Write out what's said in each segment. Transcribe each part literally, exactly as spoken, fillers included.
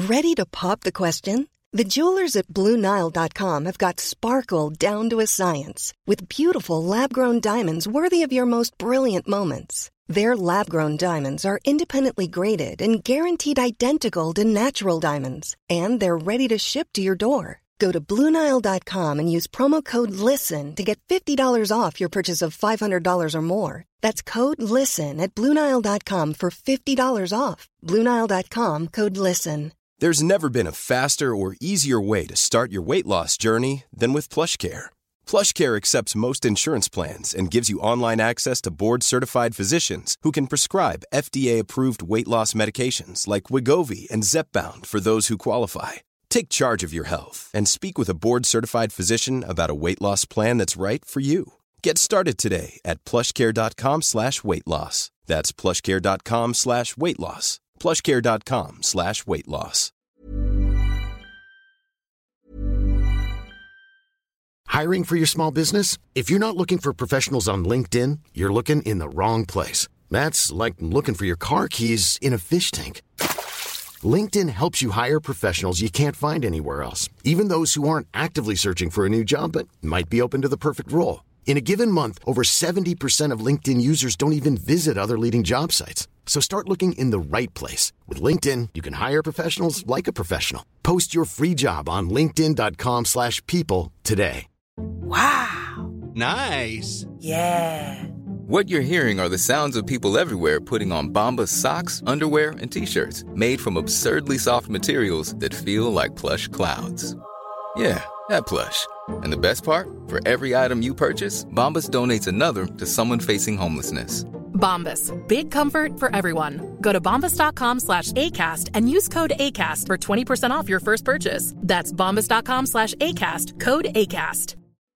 Ready to pop the question? The jewelers at Blue Nile dot com have got sparkle down to a science with beautiful lab-grown diamonds worthy of your most brilliant moments. Their lab-grown diamonds are independently graded and guaranteed identical to natural diamonds, and they're ready to ship to your door. Go to Blue Nile dot com and use promo code LISTEN to get fifty dollars off your purchase of five hundred dollars or more. That's code LISTEN at Blue Nile dot com for fifty dollars off. Blue Nile dot com, code LISTEN. There's never been a faster or easier way to start your weight loss journey than with PlushCare. PlushCare accepts most insurance plans and gives you online access to board-certified physicians who can prescribe F D A-approved weight loss medications like Wegovy and Zepbound for those who qualify. Take charge of your health and speak with a board-certified physician about a weight loss plan that's right for you. Get started today at plushcare.com slash weight loss. That's plushcare.com slash weight loss. plushcare.com slash weight loss. Hiring for your small business? If you're not looking for professionals on LinkedIn, you're looking in the wrong place. That's like looking for your car keys in a fish tank. LinkedIn helps you hire professionals you can't find anywhere else, even those who aren't actively searching for a new job but might be open to the perfect role. In a given month, over seventy percent of LinkedIn users don't even visit other leading job sites. So start looking in the right place. With LinkedIn, you can hire professionals like a professional. Post your free job on linkedin.com slash people today. Wow. Nice. Yeah. What you're hearing are the sounds of people everywhere putting on Bombas socks, underwear, and T-shirts made from absurdly soft materials that feel like plush clouds. Yeah, that plush. And the best part? For every item you purchase, Bombas donates another to someone facing homelessness. Bombas. Big comfort for everyone. Go to bombas.com slash ACAST and use code ACAST for twenty percent off your first purchase. That's bombas.com slash ACAST. Code ACAST.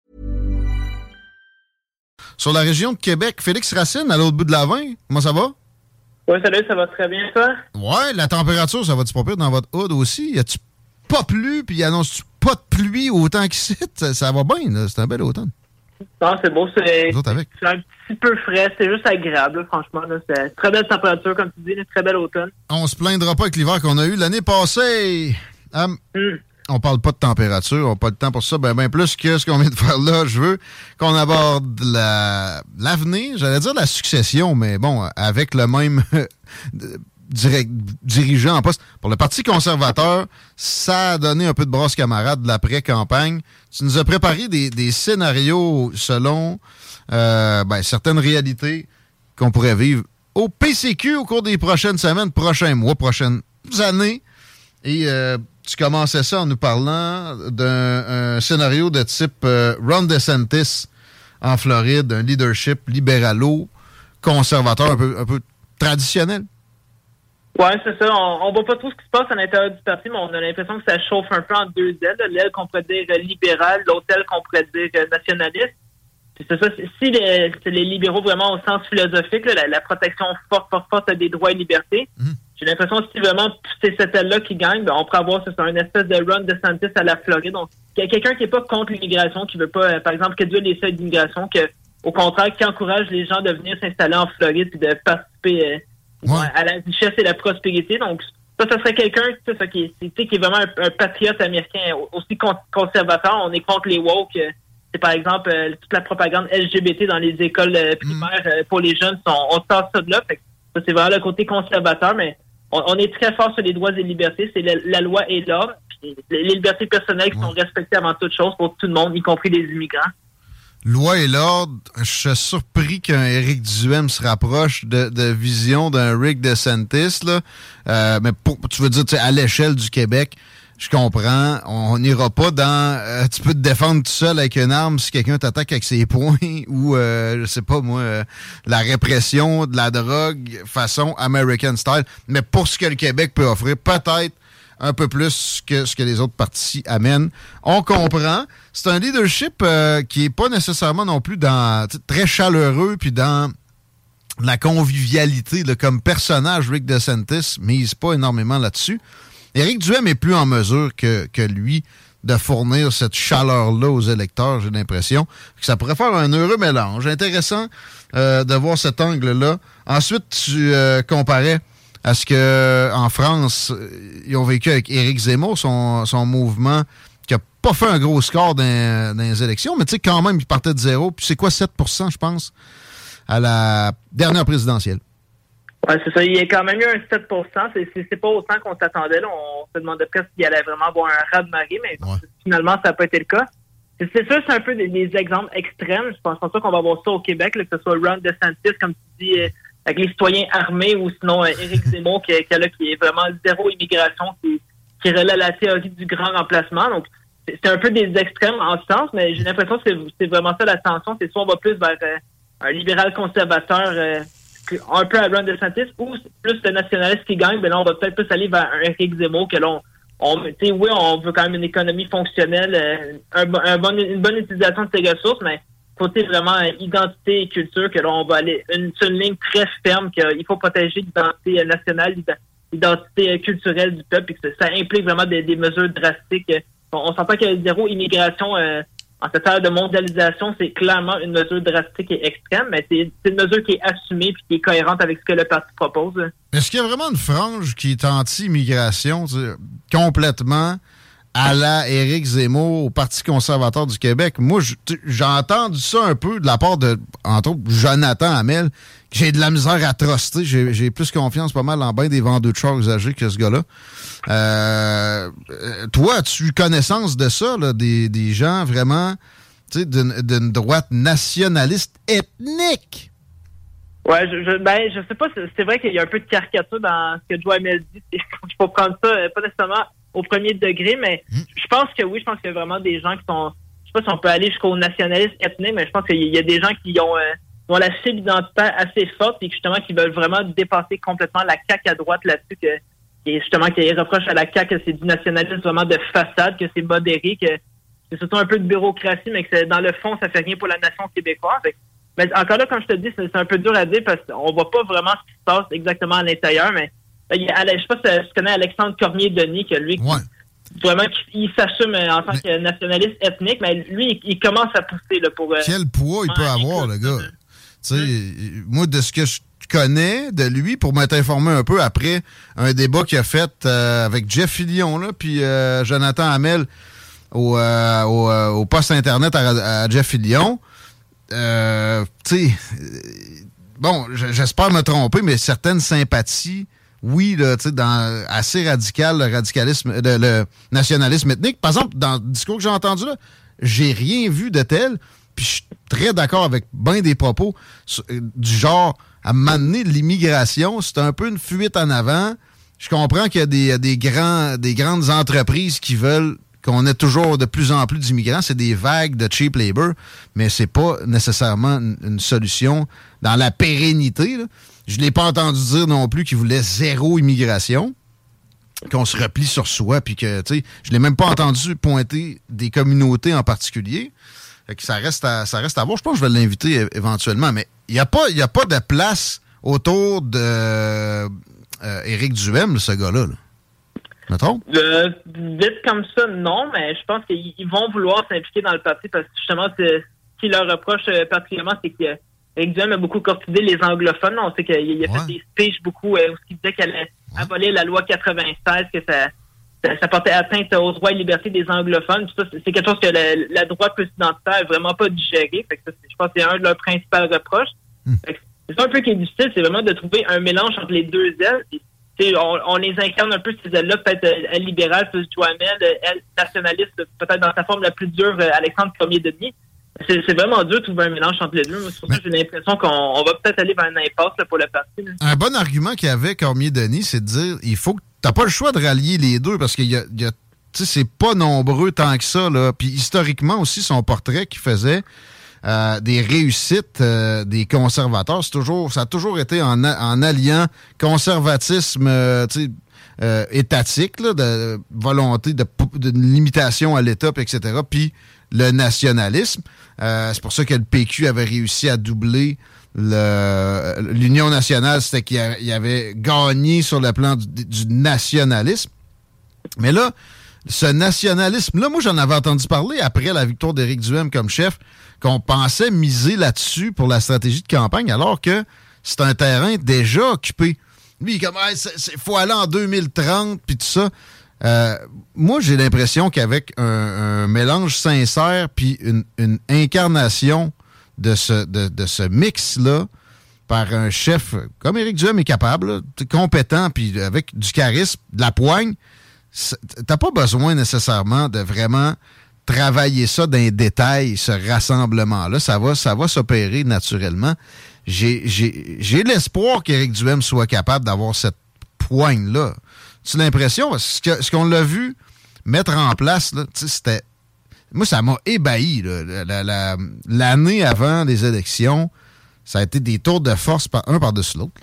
Sur la région de Québec, Félix Racine, à l'autre bout de la vingt, comment ça va? Oui, salut, ça va très bien, toi? Ouais, la température, ça va-tu pas pire dans votre hood aussi? Y a-tu pas plu, puis annonce-tu pas de pluie autant qu'ici? Ça, ça va bien, là. C'est un bel automne. Non, c'est beau, c'est, c'est un petit peu frais, c'est juste agréable, là, franchement. Là, c'est une très belle température, comme tu dis, une très belle automne. On se plaindra pas avec l'hiver qu'on a eu l'année passée. Um, mm. On parle pas de température, on n'a pas le temps pour ça, ben, ben plus que ce qu'on vient de faire là. Je veux qu'on aborde la, l'avenir, j'allais dire la succession, mais bon, avec le même direct, dirigeant en poste. Pour le Parti conservateur, ça a donné un peu de brosse camarade de l'après-campagne. Tu nous as préparé des, des scénarios selon euh, ben, certaines réalités qu'on pourrait vivre au P C Q au cours des prochaines semaines, prochains mois, prochaines années. Et euh, tu commençais ça en nous parlant d'un un scénario de type euh, Ron DeSantis en Floride, un leadership libéralo-conservateur un peu, un peu traditionnel. Oui, c'est ça. On, on voit pas trop ce qui se passe à l'intérieur du parti, mais on a l'impression que ça chauffe un peu en deux ailes. L'aile qu'on pourrait dire libérale, l'autre aile qu'on pourrait dire nationaliste. Puis c'est ça. Si les, c'est les libéraux vraiment au sens philosophique, là, la, la protection forte, forte, forte des droits et libertés, mmh. J'ai l'impression que si vraiment c'est cette aile-là qui gagne, ben on pourrait avoir c'est un espèce de Ron DeSantis à la Floride. Donc, il y a quelqu'un qui n'est pas contre l'immigration, qui veut pas, euh, par exemple, réduire les seuils d'immigration, que au contraire, qui encourage les gens de venir s'installer en Floride et de participer euh, ouais. à la richesse et la prospérité. Donc, ça, ça serait quelqu'un tu sais, qui, est, qui est vraiment un, un patriote américain, aussi con, conservateur. On est contre les woke. Euh, c'est par exemple euh, toute la propagande L G B T dans les écoles euh, primaires euh, pour les jeunes. On, on sort ça de là. Fait que ça, c'est vraiment le côté conservateur, mais on, on est très fort sur les droits et libertés. C'est la, la loi et l'ordre. Puis les, les libertés personnelles qui ouais. sont respectées avant toute chose pour tout le monde, y compris les immigrants. Loi et l'ordre, je suis surpris qu'un Éric Duhaime se rapproche de, de vision d'un Rick DeSantis, là. Euh, mais pour, tu veux dire, tu sais, à l'échelle du Québec, je comprends. On n'ira pas dans... Euh, tu peux te défendre tout seul avec une arme si quelqu'un t'attaque avec ses poings ou, euh, je sais pas moi, euh, la répression de la drogue façon American style. Mais pour ce que le Québec peut offrir, peut-être un peu plus que ce que les autres partis amènent. On comprend. C'est un leadership euh, qui est pas nécessairement non plus dans très chaleureux puis dans la convivialité là, comme personnage. Rick DeSantis mise pas énormément là-dessus. Éric Duhaime est plus en mesure que, que lui de fournir cette chaleur-là aux électeurs, j'ai l'impression que ça pourrait faire un heureux mélange. Intéressant euh, de voir cet angle-là. Ensuite, tu euh, comparais Est-ce que en France, ils ont vécu avec Éric Zemmour, son, son mouvement, qui n'a pas fait un gros score dans, dans les élections, mais tu sais, quand même, il partait de zéro. Puis c'est quoi, sept pour cent, je pense, à la dernière présidentielle? Oui, c'est ça. Il y a quand même eu un sept pour cent. C'est, c'est, c'est pas autant qu'on s'attendait. Là. On se demandait presque s'il allait vraiment avoir un raz-de-marée, mais ouais. Finalement, ça n'a pas été le cas. C'est, c'est sûr, c'est un peu des, des exemples extrêmes. Je pense, je pense pas qu'on va voir ça au Québec, là, que ce soit Ron DeSantis, comme tu dis, euh, avec les citoyens armés, ou sinon euh, Éric Zemmour, qui, qui, là, qui est vraiment zéro immigration, qui, qui relaie la théorie du grand remplacement. Donc, c'est, c'est un peu des extrêmes en ce sens, mais j'ai l'impression que c'est, c'est vraiment ça la tension. C'est soit on va plus vers euh, un libéral conservateur, euh, un peu à Ron DeSantis, ou plus le nationaliste qui gagne, ben là, on va peut-être plus aller vers un Éric Zemmour, que là, on, on tu sais, oui, on veut quand même une économie fonctionnelle, euh, un, un bon, une bonne utilisation de ses ressources, mais côté vraiment euh, identité et culture, que là, on va aller une, sur une ligne très ferme, qu'il faut protéger l'identité nationale, l'identité culturelle du peuple, et que ça, ça implique vraiment des, des mesures drastiques. On, on s'entend que zéro immigration, euh, en cette ère de mondialisation, c'est clairement une mesure drastique et extrême, mais c'est, c'est une mesure qui est assumée et qui est cohérente avec ce que le parti propose. Est-ce qu'il y a vraiment une frange qui est anti-immigration, complètement à la Éric Zemmour, au Parti conservateur du Québec? Moi, j'ai entendu ça un peu de la part de, entre autres, Jonathan Hamel, que j'ai de la misère à truster. J'ai, j'ai plus confiance pas mal en bien des vendeurs de chars usagés que ce gars-là. Euh, toi, as-tu connaissance de ça, là, des, des gens vraiment, tu sais, d'une, d'une droite nationaliste ethnique? Ouais, je, je, ben, je sais pas, c'est, c'est vrai qu'il y a un peu de caricature dans ce que Joe Hamel dit. Il faut prendre ça, pas nécessairement au premier degré, mais mmh. je pense que oui, je pense qu'il y a vraiment des gens qui sont, je sais pas si on peut aller jusqu'au nationalisme ethnique, mais je pense qu'il y a des gens qui ont, euh, ont la cible identitaire assez forte et justement qui veulent vraiment dépasser complètement la C A Q à droite là-dessus, que qui est justement qui reproche à la C A Q que c'est du nationalisme vraiment de façade, que c'est modéré, que c'est surtout un peu de bureaucratie, mais que c'est, dans le fond, ça fait rien pour la nation québécoise. Fait, mais encore là, comme je te dis, c'est, c'est un peu dur à dire parce qu'on voit pas vraiment ce qui se passe exactement à l'intérieur, mais il y a, je sais pas si tu connais Alexandre Cormier-Denis, que lui, ouais. qui, vraiment, il s'assume en tant mais, que nationaliste ethnique, mais lui, il, il commence à pousser là, pour... Quel poids il peut avoir, le gars? Tu sais, mmh. moi, de ce que je connais de lui, pour m'être informé un peu après un débat qu'il a fait euh, avec Jeff Fillion, là, puis euh, Jonathan Hamel au, euh, au, euh, au poste Internet à, à Jeff Fillion, euh, tu sais, bon, j'espère me tromper, mais certaines sympathies, oui, là, tu sais, dans assez radical, le radicalisme, le, le nationalisme ethnique. Par exemple, dans le discours que j'ai entendu là, j'ai rien vu de tel, puis je suis très d'accord avec bien des propos du genre, à m'amener de l'immigration, c'est un peu une fuite en avant. Je comprends qu'il y a des, des, grands, des grandes entreprises qui veulent qu'on ait toujours de plus en plus d'immigrants. C'est des vagues de cheap labor, mais c'est pas nécessairement une, une solution dans la pérennité, là. Je ne l'ai pas entendu dire non plus qu'il voulait zéro immigration, qu'on se replie sur soi, puis que, tu sais, je l'ai même pas entendu pointer des communautés en particulier. Fait que ça reste à, ça reste à voir. Je pense que je vais l'inviter éventuellement, mais il n'y a pas, il y a pas de place autour de euh, Éric Duhem, ce gars-là. Là. Me trompe? Euh, vite comme ça, non, mais je pense qu'ils vont vouloir s'impliquer dans le parti parce que justement, ce qui leur reproche particulièrement, c'est que Éric Duhem a beaucoup courtisé les anglophones. On sait qu'il a ouais. fait des speeches beaucoup euh, où il disait qu'elle allait ouais. abolir la loi quatre-vingt-seize, que ça, ça, ça portait atteinte aux droits et libertés des anglophones. Puis ça, c'est, c'est quelque chose que la, la droite plus identitaire n'a vraiment pas digéré. Fait que ça, je pense que c'est un de leurs principaux reproches. Mm. Fait que c'est ça un peu qui est difficile, c'est vraiment de trouver un mélange entre les deux ailes. Puis, on, on les incarne un peu, ces ailes-là, peut-être un libéral plus Joe Hamel, elle nationaliste, peut-être dans sa forme la plus dure, Alexandre Cormier-Denis. C'est, c'est vraiment dur de trouver un mélange entre les deux. C'est pour ça que j'ai l'impression qu'on on va peut-être aller vers une impasse là, pour le parti. Là. Un bon argument qu'il y avait Cormier-Denis, c'est de dire il faut que t'as pas le choix de rallier les deux parce qu'il y a, il y a tu sais, c'est pas nombreux tant que ça, là. Puis historiquement aussi, son portrait qu'il faisait euh, des réussites euh, des conservateurs, c'est toujours, ça a toujours été en, en alliant conservatisme, euh, tu sais, euh, étatique, là, de volonté de, de limitation à l'État, et cetera, puis le nationalisme. Euh, c'est pour ça que le P Q avait réussi à doubler le, l'Union nationale, c'était qu'il y avait gagné sur le plan du, du nationalisme. Mais là, ce nationalisme-là, moi, j'en avais entendu parler après la victoire d'Éric Duhem comme chef, qu'on pensait miser là-dessus pour la stratégie de campagne, alors que c'est un terrain déjà occupé. Lui, il est comme, il hey, faut aller en deux mille trente, puis tout ça. Euh, moi, j'ai l'impression qu'avec un, un mélange sincère puis une, une incarnation de ce, de, de ce mix-là, par un chef comme Éric Duhem est capable, là, compétent, puis avec du charisme, de la poigne, t'as pas besoin nécessairement de vraiment travailler ça dans les détails, ce rassemblement-là. Ça va, ça va s'opérer naturellement. J'ai, j'ai, j'ai l'espoir qu'Éric Duhem soit capable d'avoir cette poigne-là. Tu as l'impression, ce, que, ce qu'on l'a vu mettre en place, là, c'était... Moi, ça m'a ébahi. Là, la, la, l'année avant les élections, ça a été des tours de force par, un par-dessus l'autre.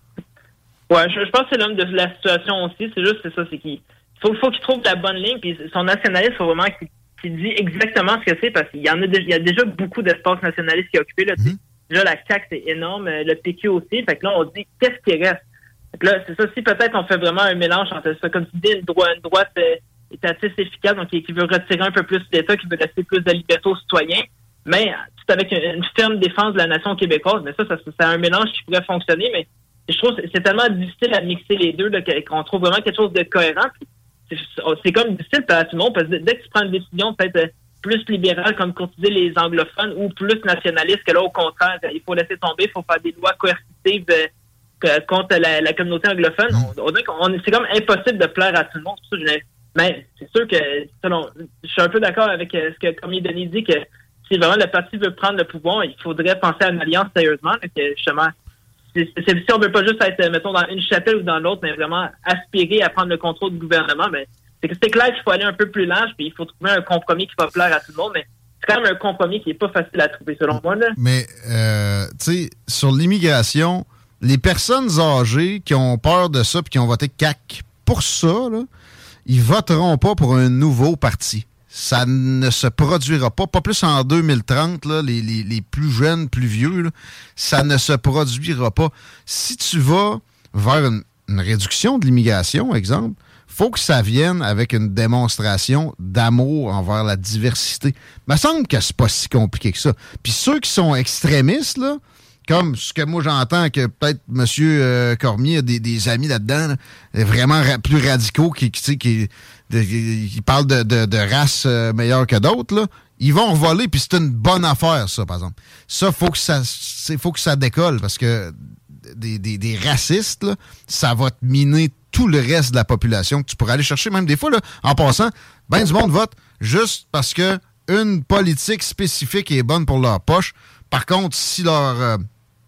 Ouais, je, je pense que c'est l'homme de la situation aussi. C'est juste c'est ça, c'est qu'il faut, faut qu'il trouve la bonne ligne. Puis son nationalisme, il faut vraiment qu'il, qu'il dit exactement ce que c'est, parce qu'il y en a, il y a déjà beaucoup d'espace nationaliste qui est occupé. Là, mm-hmm. Déjà, la C A Q, c'est énorme. Le P Q aussi. Fait que là, on dit, qu'est-ce qui reste? Fait que là, c'est ça. Si peut-être on fait vraiment un mélange entre ça, comme tu dis, une droite, une droite euh, étatiste efficace, donc qui, qui veut retirer un peu plus d'État, qui veut laisser plus de liberté aux citoyens, mais tout avec une, une ferme défense de la nation québécoise. Mais ça, ça, c'est un mélange qui pourrait fonctionner, mais je trouve que c'est tellement difficile à mixer les deux, là, qu'on trouve vraiment quelque chose de cohérent. C'est, c'est comme difficile pour tout le monde, parce que dès que tu prends une décision peut-être plus libérale, comme courtiser les anglophones, ou plus nationaliste, que là, au contraire, il faut laisser tomber, il faut faire des lois coercitives euh, contre la, la communauté anglophone. On, on, on, c'est comme impossible de plaire à tout le monde. C'est ça, je, mais c'est sûr que, selon, je suis un peu d'accord avec ce que Cormier Denis dit, que si vraiment le parti veut prendre le pouvoir, il faudrait penser à une alliance sérieusement, que justement, c'est, c'est, si on veut pas juste être, mettons, dans une chapelle ou dans l'autre, mais vraiment aspirer à prendre le contrôle du gouvernement, mais c'est que c'est clair qu'il faut aller un peu plus large, puis il faut trouver un compromis qui va plaire à tout le monde, mais c'est quand même un compromis qui est pas facile à trouver, selon moi, là. Mais, euh, tu sais, sur l'immigration, les personnes âgées qui ont peur de ça puis qui ont voté C A Q pour ça, là, ils voteront pas pour un nouveau parti. Ça ne se produira pas, pas plus en deux mille trente, là, les, les, les plus jeunes, plus vieux, là, ça ne se produira pas. Si tu vas vers une, une réduction de l'immigration, exemple, faut que ça vienne avec une démonstration d'amour envers la diversité. Il me semble que c'est pas si compliqué que ça. Puis ceux qui sont extrémistes, là, comme ce que moi j'entends que peut-être M. Euh, Cormier a des, des amis là-dedans, là, vraiment ra- plus radicaux qui, qui, qui, de, qui parlent de, de, de races euh, meilleures que d'autres, là, ils vont voler, puis c'est une bonne affaire, ça, par exemple. Ça, faut que ça faut que ça décolle, parce que des, des, des racistes, là, ça va te miner tout le reste de la population que tu pourrais aller chercher, même des fois, là, en passant, ben du monde vote juste parce que une politique spécifique est bonne pour leur poche. Par contre, si leur... Euh,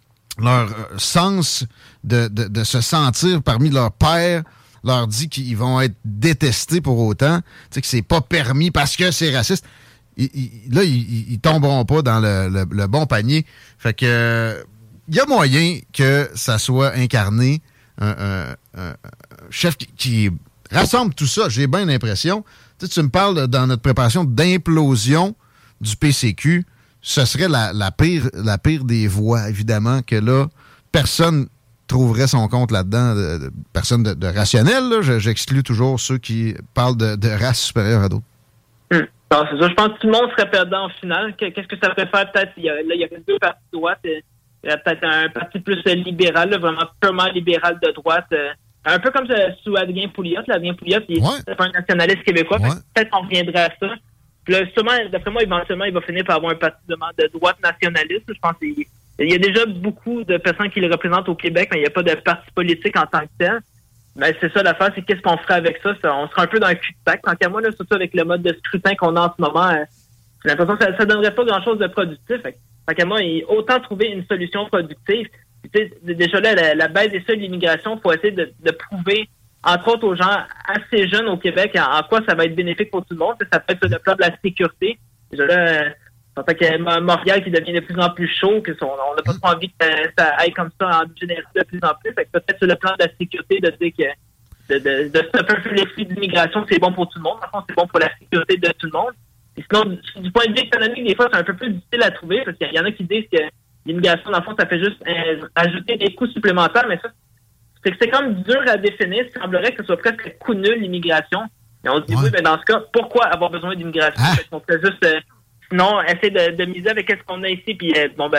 leur sens de, de, de se sentir parmi leurs pairs leur dit qu'ils vont être détestés pour autant, tu sais, que c'est pas permis parce que c'est raciste, ils, ils, là, ils, ils tomberont pas dans le, le, le bon panier. Fait que il y a moyen que ça soit incarné un, un, un, un chef qui, qui rassemble tout ça, j'ai bien l'impression. Tu sais, tu me parles dans notre préparation d'implosion du P C Q. Ce serait la, la, pire, la pire des voies, évidemment, que là, personne trouverait son compte là-dedans, de, de, personne de, de rationnel. Là. Je, j'exclus toujours ceux qui parlent de, de race supérieure à d'autres. Hum. Non, c'est ça. Je pense que tout le monde serait perdant au final. Qu'est-ce que ça pourrait faire? Peut-être, il y a, là, il y aurait deux partis de droite. Il y aurait peut-être un parti plus libéral, là, vraiment purement libéral de droite. Euh, un peu comme ça, sous Adrien Pouliot. Là, Adrien Pouliot, il ouais. c'est pas un nationaliste québécois. Ouais. Peut-être qu'on reviendrait à ça. Là, sûrement, d'après moi, éventuellement, il va finir par avoir un parti de, de droite nationaliste. Je pense qu'il il y a déjà beaucoup de personnes qui le représentent au Québec, mais il n'y a pas de parti politique en tant que tel. Mais c'est ça l'affaire, c'est qu'est-ce qu'on ferait avec ça? ça on serait un peu dans le cul-de-sac. Tant qu'à moi, là, surtout avec le mode de scrutin qu'on a en ce moment, euh, j'ai l'impression que ça ne donnerait pas grand-chose de productif. Fait, tant qu'à moi, il, autant trouver une solution productive. Puis, déjà là, la, la baisse des seuils d'immigration, il faut essayer de, de prouver, entre autres aux gens assez jeunes au Québec, en, en quoi ça va être bénéfique pour tout le monde. Ça peut être sur le plan de la sécurité. Déjà là, en fait que Montréal qui devient de plus en plus chaud, que son, on n'a pas trop envie que ça, ça aille comme ça en général de plus en plus. Fait que peut-être sur le plan de la sécurité, de dire que de, de, de stopper un peu les flux d'immigration, c'est bon pour tout le monde. Par contre, c'est bon pour la sécurité de tout le monde. Et sinon, du, du point de vue économique, des fois, c'est un peu plus difficile à trouver, parce qu'il y en a qui disent que l'immigration, dans le fond, ça fait juste euh, ajouter des coûts supplémentaires, mais ça, c'est que c'est comme dur à définir. Il semblerait que ce soit presque un coût nul, l'immigration. Et on se dit, ouais. oui, mais dans ce cas, pourquoi avoir besoin d'immigration? Ah. Parce qu'on fait juste, euh, sinon, essayer de, de miser avec ce qu'on a ici, puis euh, bon, ben,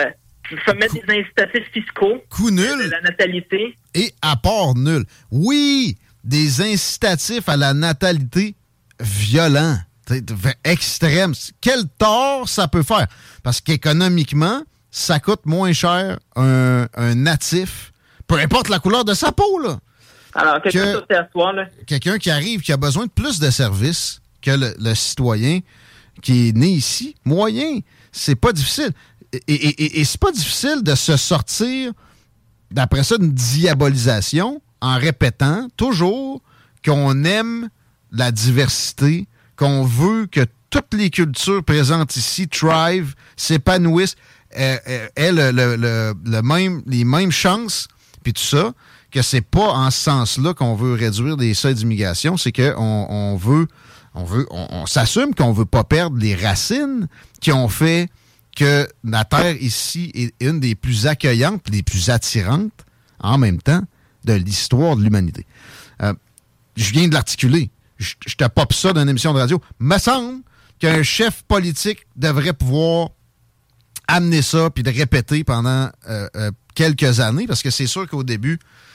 Il faut mettre Cou- des incitatifs fiscaux. Coût nul. De la natalité. Et apport nul. Oui, des incitatifs à la natalité violents, extrêmes. Quel tort ça peut faire? Parce qu'économiquement, ça coûte moins cher un, un natif, peu importe la couleur de sa peau, là. Alors, quelqu'un sur territoire, là. Quelqu'un qui arrive, qui a besoin de plus de services que le, le citoyen qui est né ici. Moyen, c'est pas difficile. Et, et, et, et c'est pas difficile de se sortir, d'après ça, d'une diabolisation en répétant toujours qu'on aime la diversité, qu'on veut que toutes les cultures présentes ici thrive, s'épanouissent, aient, aient le, le, le, le même, les mêmes chances, puis tout ça, que c'est pas en ce sens-là qu'on veut réduire les seuils d'immigration, c'est qu'on on veut, on veut, on, on s'assume qu'on veut pas perdre les racines qui ont fait que la Terre ici est une des plus accueillantes, les plus attirantes, en même temps, de l'histoire de l'humanité. Euh, je viens de l'articuler. Je, je te pop ça d'une émission de radio. Me semble qu'un chef politique devrait pouvoir amener ça puis de répéter pendant euh, euh, quelques années, parce que c'est sûr qu'au début,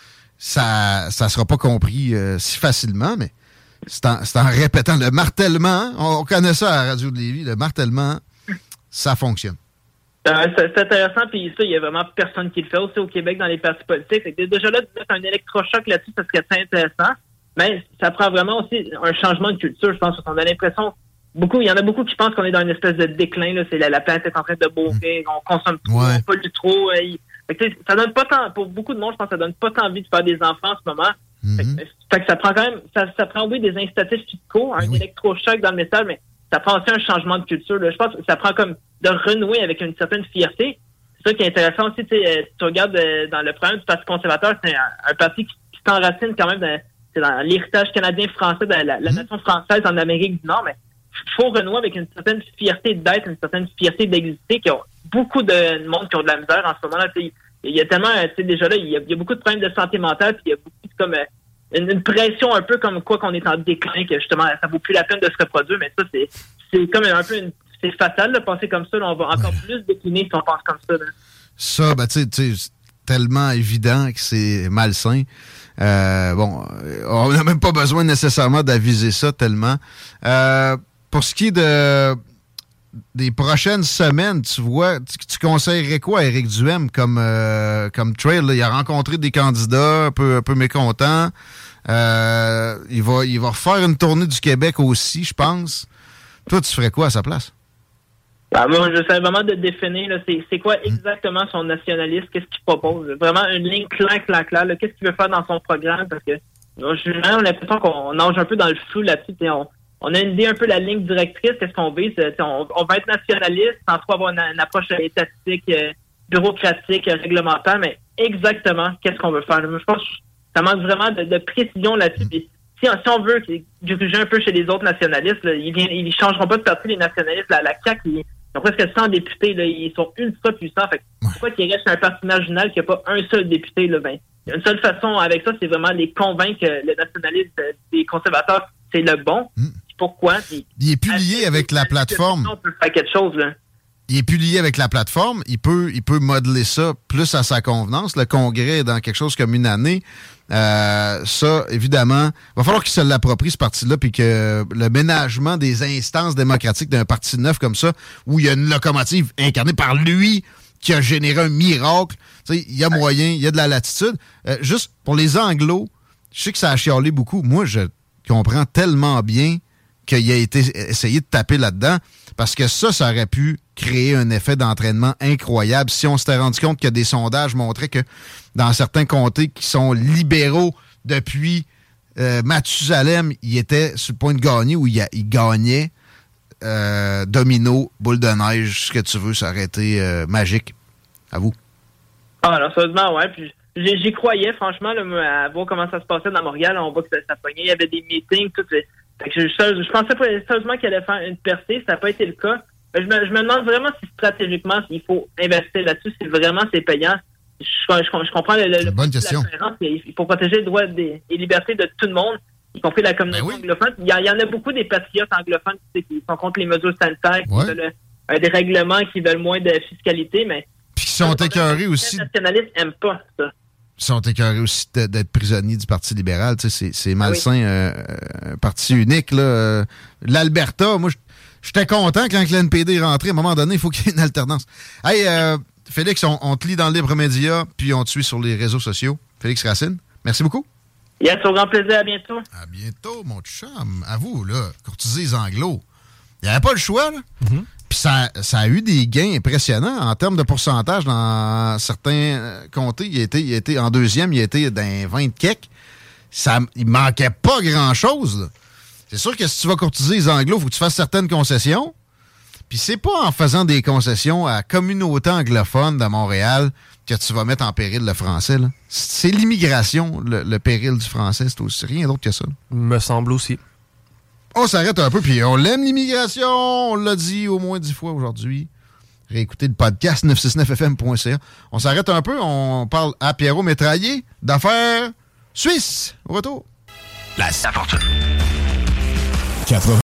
ça ça sera pas compris euh, si facilement, mais c'est en, c'est en répétant. Le martèlement, on, on connaît ça à la radio de Lévis, le martèlement, ça fonctionne. Euh, c'est, c'est intéressant, puis ça, il y a vraiment personne qui le fait aussi au Québec dans les partis politiques. Fait que déjà là, de mettre un électrochoc là-dessus, ça serait très intéressant. Mais ça prend vraiment aussi un changement de culture, je pense. On a l'impression, beaucoup, il y en a beaucoup qui pensent qu'on est dans une espèce de déclin, là. C'est la, la planète est en train de bourrer, mmh. on consomme trop, ouais. on pollue trop. Euh, il, fait que, ça donne pas tant, pour beaucoup de monde, je pense que ça donne pas tant envie de faire des enfants en ce moment. Mmh. Fait, que, fait que ça prend quand même, ça, ça prend oui des incitatifs fiscaux, un oui. électrochoc dans le message, mais ça prend aussi un changement de culture, là. Je pense que ça prend comme de renouer avec une certaine fierté. C'est ça qui est intéressant aussi, tu sais, tu regardes euh, dans le programme du Parti conservateur, c'est un, un parti qui, qui s'enracine quand même dans, c'est dans l'héritage canadien-français de la, la, la mmh. nation française en Amérique du Nord, mais il faut renouer avec une certaine fierté d'être, une certaine fierté d'exister, qui ont beaucoup de monde qui ont de la misère en ce moment-là. Il y a tellement, tu sais, déjà là, il y, a, il y a beaucoup de problèmes de santé mentale, puis il y a beaucoup de, comme euh, une, une pression un peu comme quoi qu'on est en déclin, que justement, ça vaut plus la peine de se reproduire, mais ça, c'est, c'est comme un peu une, c'est fatal de penser comme ça, là, on va encore ouais. plus décliner si on pense comme ça. Là. Ça, ben tu sais, c'est tellement évident que c'est malsain. Euh, bon, on n'a même pas besoin nécessairement d'aviser ça tellement. Euh, pour ce qui est de des prochaines semaines, tu vois, tu, tu conseillerais quoi à Éric Duhem comme euh, comme trail? Là? Il a rencontré des candidats un peu un peu mécontents. Euh, il va il va refaire une tournée du Québec aussi, je pense. Toi, tu ferais quoi à sa place? Ben, moi, j'essaie vraiment de définir, là, c'est, c'est quoi exactement son nationalisme, qu'est-ce qu'il propose. Vraiment une ligne claire, claire, claire, là, qu'est-ce qu'il veut faire dans son programme, parce que là, j'ai vraiment l'impression qu'on nage un peu dans le flou là-dessus. On, on a une idée un peu la ligne directrice, qu'est-ce qu'on vise. On, on va être nationaliste sans trop avoir une, une approche étatique, euh, bureaucratique, euh, réglementaire, mais exactement qu'est-ce qu'on veut faire. Je pense que ça manque vraiment de, de précision là-dessus. Puis, si, si on veut diriger un peu chez les autres nationalistes, là, ils ne changeront pas de parti, les nationalistes. La, la C A Q, ils, ils ont presque cent députés, là, ils sont ultra puissants. Fait que pourquoi qu'ils restent un parti marginal qui n'a pas un seul député? Là, ben, une seule façon avec ça, c'est vraiment les convaincre que le nationalisme des conservateurs, c'est le bon. Mmh. Pourquoi? Puis, il est plus lié avec la plateforme. On peut faire quelque chose, là. Il est plus lié avec la plateforme. Il peut, il peut modeler ça plus à sa convenance. Le Congrès est dans quelque chose comme une année. Euh, ça, évidemment, il va falloir qu'il se l'approprie, ce parti-là, puis que le ménagement des instances démocratiques d'un parti neuf comme ça, où il y a une locomotive incarnée par lui qui a généré un miracle, il y a moyen, il y a de la latitude. Euh, juste pour les Anglos, je sais que ça a chialé beaucoup. Moi, je comprends tellement bien qu'il a été essayé de taper là-dedans, parce que ça, ça aurait pu créer un effet d'entraînement incroyable si on s'était rendu compte que des sondages montraient que dans certains comtés qui sont libéraux depuis euh, Mathusalem, il était sur le point de gagner, ou il, a, il gagnait euh, domino, boule de neige, ce que tu veux, ça aurait été euh, magique. À vous. Ah, alors, sérieusement, ouais, puis j'y, j'y croyais, franchement, là, à voir comment ça se passait dans Montréal, on voit que ça, ça pognait, il y avait des meetings, tout. Fait que je, je, je pensais pas sérieusement qu'il allait faire une percée, ça n'a pas été le cas. Je me, je me demande vraiment si stratégiquement, s'il faut investir là-dessus, si vraiment c'est payant. Je, je, je comprends le, le bonne question. Il faut protéger le droit des, et libertés de tout le monde, y compris la communauté ben oui. anglophone. Il y, a, il y en a beaucoup des patriotes anglophones qui, qui sont contre les mesures sanitaires, qui ouais. veulent euh, des règlements, qui veulent moins de fiscalité, mais Puis ils sont écœurés aussi. Les nationalistes n'aiment pas ça. Ils sont écœurés aussi de, d'être prisonniers du Parti libéral. Tu sais, c'est, c'est malsain, oui. euh, un parti unique. Là. Euh, L'Alberta, moi, j'étais content quand le N P D est rentré. À un moment donné, il faut qu'il y ait une alternance. Hey, euh, Félix, on, on te lit dans le Libre Média, puis on te suit sur les réseaux sociaux. Félix Racine, merci beaucoup. Yes, au grand plaisir. À bientôt. À bientôt, mon chum. À vous, là, courtiser les Anglos. Il n'y avait pas le choix, là. Mm-hmm. Puis ça, ça a eu des gains impressionnants en termes de pourcentage dans certains comtés. Il était, il était en deuxième, il était dans vingt quelques. Ça, il manquait pas grand-chose, là. C'est sûr que si tu vas courtiser les Anglos, il faut que tu fasses certaines concessions. Puis c'est pas en faisant des concessions à la communauté anglophone de Montréal que tu vas mettre en péril le français, là. C'est l'immigration, le, le péril du français. C'est aussi rien d'autre que ça, là. Me semble aussi. On s'arrête un peu, puis on l'aime l'immigration. On l'a dit au moins dix fois aujourd'hui. Réécoutez le podcast neuf cent soixante-neuf F M point C A. On s'arrête un peu. On parle à Pierrot Métraillé d'affaires suisses. Au retour. La fortune.